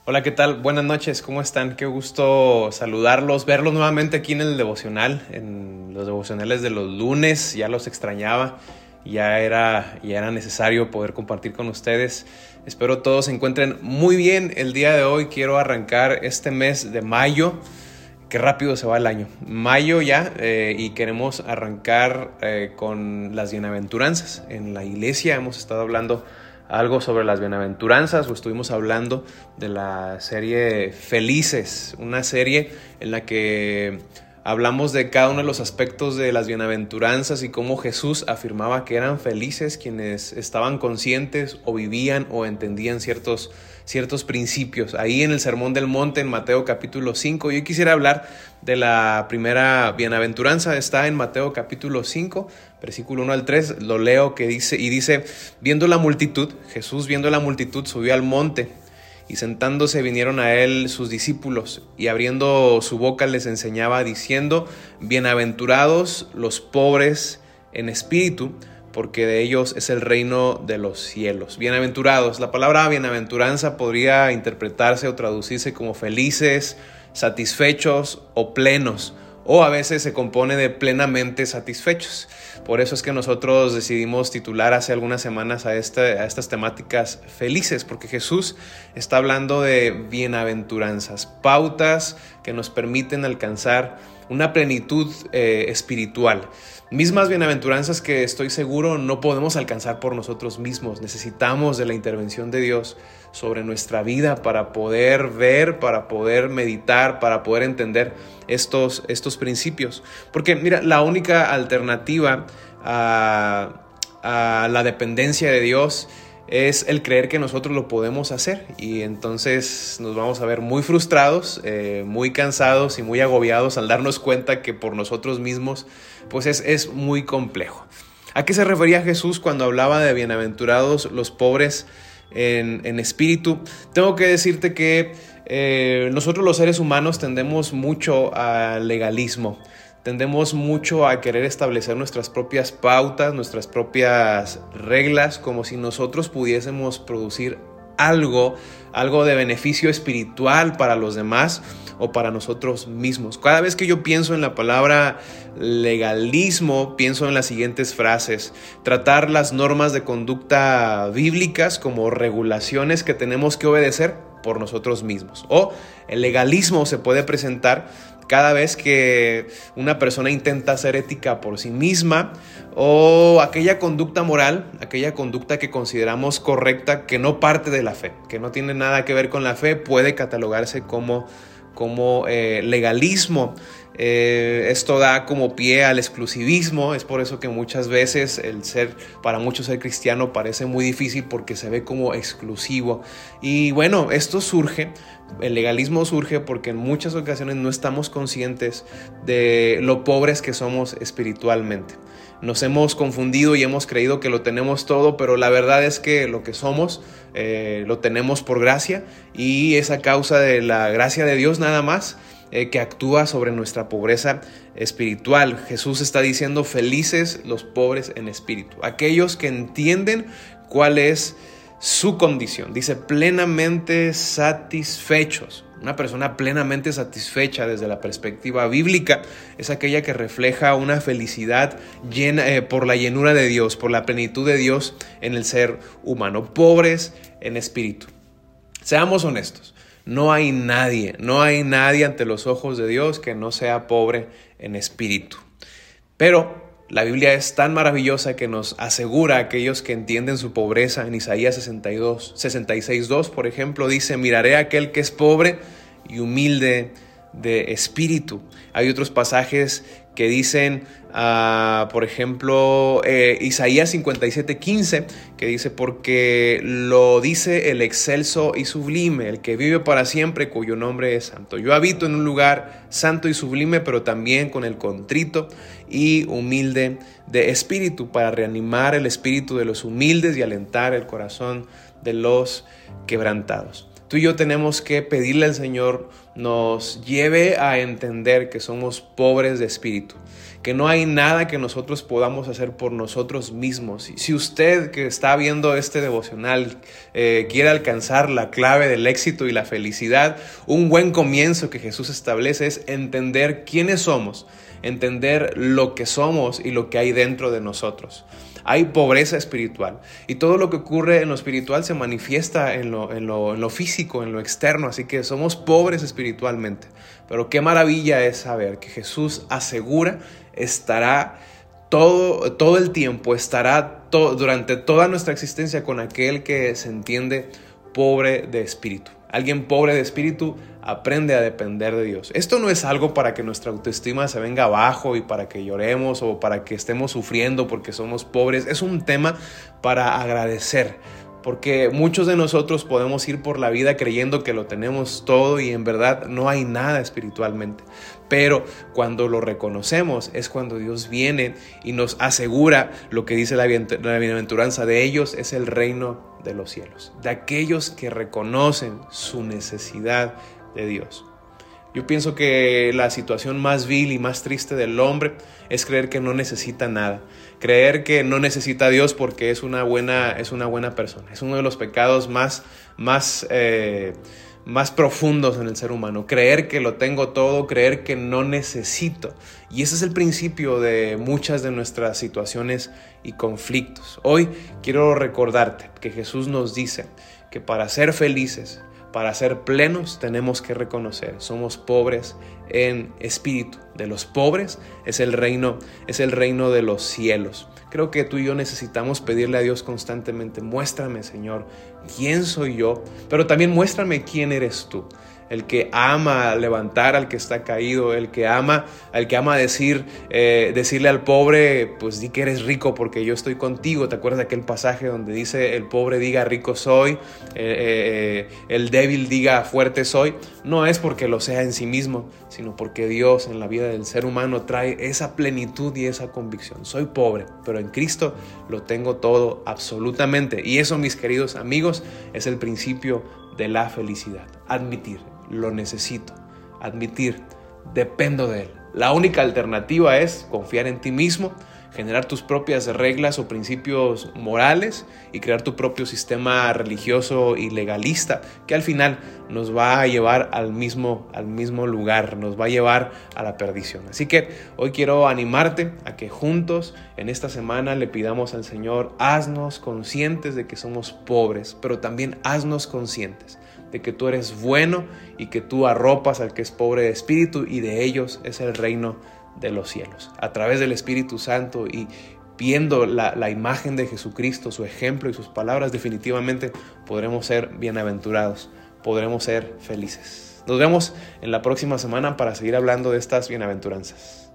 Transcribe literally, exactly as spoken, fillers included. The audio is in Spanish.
Hola, ¿qué tal? Buenas noches, ¿cómo están? Qué gusto saludarlos, verlos nuevamente aquí en el devocional, en los devocionales de los lunes. Ya los extrañaba, ya era, ya era necesario poder compartir con ustedes. Espero todos se encuentren muy bien. El día de hoy quiero arrancar este mes de mayo. Qué rápido se va el año. Mayo ya, eh, y queremos arrancar eh, con las bienaventuranzas. En la iglesia hemos estado hablando algo sobre las bienaventuranzas, o estuvimos hablando de la serie Felices, una serie en la que hablamos de cada uno de los aspectos de las bienaventuranzas y cómo Jesús afirmaba que eran felices quienes estaban conscientes o vivían o entendían ciertos, ciertos principios. Ahí en el Sermón del Monte, en Mateo capítulo cinco, yo quisiera hablar de la primera bienaventuranza. Está en Mateo capítulo cinco, versículo uno al tres, lo leo que dice, y dice: viendo la multitud, Jesús viendo la multitud subió al monte, y sentándose vinieron a él sus discípulos, y abriendo su boca les enseñaba diciendo: bienaventurados los pobres en espíritu, porque de ellos es el reino de los cielos. Bienaventurados, la palabra bienaventuranza podría interpretarse o traducirse como felices, satisfechos o plenos, o a veces se compone de plenamente satisfechos. Por eso es que nosotros decidimos titular hace algunas semanas a, esta, a estas temáticas felices, porque Jesús está hablando de bienaventuranzas, pautas que nos permiten alcanzar una plenitud eh, espiritual. Mismas bienaventuranzas que estoy seguro no podemos alcanzar por nosotros mismos. Necesitamos de la intervención de Dios sobre nuestra vida para poder ver, para poder meditar, para poder entender estos, estos principios. Porque mira, la única alternativa a, a la dependencia de Dios es el creer que nosotros lo podemos hacer, y entonces nos vamos a ver muy frustrados, eh, muy cansados y muy agobiados al darnos cuenta que por nosotros mismos pues es, es muy complejo. ¿A qué se refería Jesús cuando hablaba de bienaventurados los pobres en, en espíritu? Tengo que decirte que eh, nosotros los seres humanos tendemos mucho al legalismo. Tendemos mucho a querer establecer nuestras propias pautas, nuestras propias reglas, como si nosotros pudiésemos producir algo, algo de beneficio espiritual para los demás o para nosotros mismos. Cada vez que yo pienso en la palabra legalismo, pienso en las siguientes frases: tratar las normas de conducta bíblicas como regulaciones que tenemos que obedecer por nosotros mismos. O el legalismo se puede presentar cada vez que una persona intenta ser ética por sí misma, o aquella conducta moral, aquella conducta que consideramos correcta que no parte de la fe, que no tiene nada que ver con la fe, puede catalogarse como, como eh, legalismo. Eh, esto da como pie al exclusivismo. Es por eso que muchas veces el ser, para muchos ser cristiano parece muy difícil, porque se ve como exclusivo. Y bueno, esto surge, el legalismo surge porque en muchas ocasiones no estamos conscientes de lo pobres que somos espiritualmente. Nos hemos confundido y hemos creído que lo tenemos todo, pero la verdad es que lo que somos eh, lo tenemos por gracia, y es a causa de la gracia de Dios nada más eh, que actúa sobre nuestra pobreza espiritual. Jesús está diciendo: felices los pobres en espíritu, aquellos que entienden cuál es su condición. Dice: plenamente satisfechos. Una persona plenamente satisfecha desde la perspectiva bíblica es aquella que refleja una felicidad llena, eh, por la llenura de Dios, por la plenitud de Dios en el ser humano. Pobres en espíritu. Seamos honestos, no hay nadie, no hay nadie ante los ojos de Dios que no sea pobre en espíritu. Pero la Biblia es tan maravillosa que nos asegura a aquellos que entienden su pobreza. En Isaías sesenta y dos, sesenta y seis dos, por ejemplo, dice: miraré a aquel que es pobre y humilde de espíritu. Hay otros pasajes que dicen, uh, por ejemplo, eh, Isaías cincuenta y siete quince, que dice: porque lo dice el excelso y sublime, el que vive para siempre, cuyo nombre es santo. Yo habito en un lugar santo y sublime, pero también con el contrito y humilde de espíritu, para reanimar el espíritu de los humildes y alentar el corazón de los quebrantados. Tú y yo tenemos que pedirle al Señor nos lleve a entender que somos pobres de espíritu, que no hay nada que nosotros podamos hacer por nosotros mismos. Si usted que está viendo este devocional eh, quiere alcanzar la clave del éxito y la felicidad, un buen comienzo que Jesús establece es entender quiénes somos, entender lo que somos y lo que hay dentro de nosotros. Hay pobreza espiritual y todo lo que ocurre en lo espiritual se manifiesta en lo, en lo, en lo físico, en lo externo, así que somos pobres espiritualmente. Pero qué maravilla es saber que Jesús asegura estará todo, todo el tiempo, estará to, durante toda nuestra existencia con aquel que se entiende pobre de espíritu. Alguien pobre de espíritu aprende a depender de Dios. Esto no es algo para que nuestra autoestima se venga abajo y para que lloremos o para que estemos sufriendo porque somos pobres. Es un tema para agradecer, porque muchos de nosotros podemos ir por la vida creyendo que lo tenemos todo y en verdad no hay nada espiritualmente. Pero cuando lo reconocemos es cuando Dios viene y nos asegura lo que dice la bienaventuranza: de ellos es el reino de los cielos, de aquellos que reconocen su necesidad de Dios. Yo pienso que la situación más vil y más triste del hombre es creer que no necesita nada, creer que no necesita a Dios porque es una buena, es una buena persona. Es uno de los pecados más, más, eh, más profundos en el ser humano, creer que lo tengo todo, creer que no necesito. Y ese es el principio de muchas de nuestras situaciones y conflictos. Hoy quiero recordarte que Jesús nos dice que para ser felices, para ser plenos, tenemos que reconocer, somos pobres en espíritu. De los pobres es el reino, es el reino de los cielos. Creo que tú y yo necesitamos pedirle a Dios constantemente: muéstrame, Señor, quién soy yo, pero también muéstrame quién eres tú. El que ama levantar al que está caído, el que ama, el que ama decir, eh, decirle al pobre, pues di que eres rico porque yo estoy contigo. ¿Te acuerdas de aquel pasaje donde dice el pobre diga rico soy, eh, eh, el débil diga fuerte soy? No es porque lo sea en sí mismo, sino porque Dios en la vida del ser humano trae esa plenitud y esa convicción. Soy pobre, pero en Cristo lo tengo todo absolutamente. Y eso, mis queridos amigos, es el principio de la felicidad. Admitir, lo necesito. Admitir, dependo de Él. La única alternativa es confiar en ti mismo, generar tus propias reglas o principios morales y crear tu propio sistema religioso y legalista que al final nos va a llevar al mismo, al mismo lugar, nos va a llevar a la perdición. Así que hoy quiero animarte a que juntos en esta semana le pidamos al Señor: haznos conscientes de que somos pobres, pero también haznos conscientes de que tú eres bueno y que tú arropas al que es pobre de espíritu y de ellos es el reino de los cielos. A través del Espíritu Santo y viendo la, la imagen de Jesucristo, su ejemplo y sus palabras, definitivamente podremos ser bienaventurados, podremos ser felices. Nos vemos en la próxima semana para seguir hablando de estas bienaventuranzas.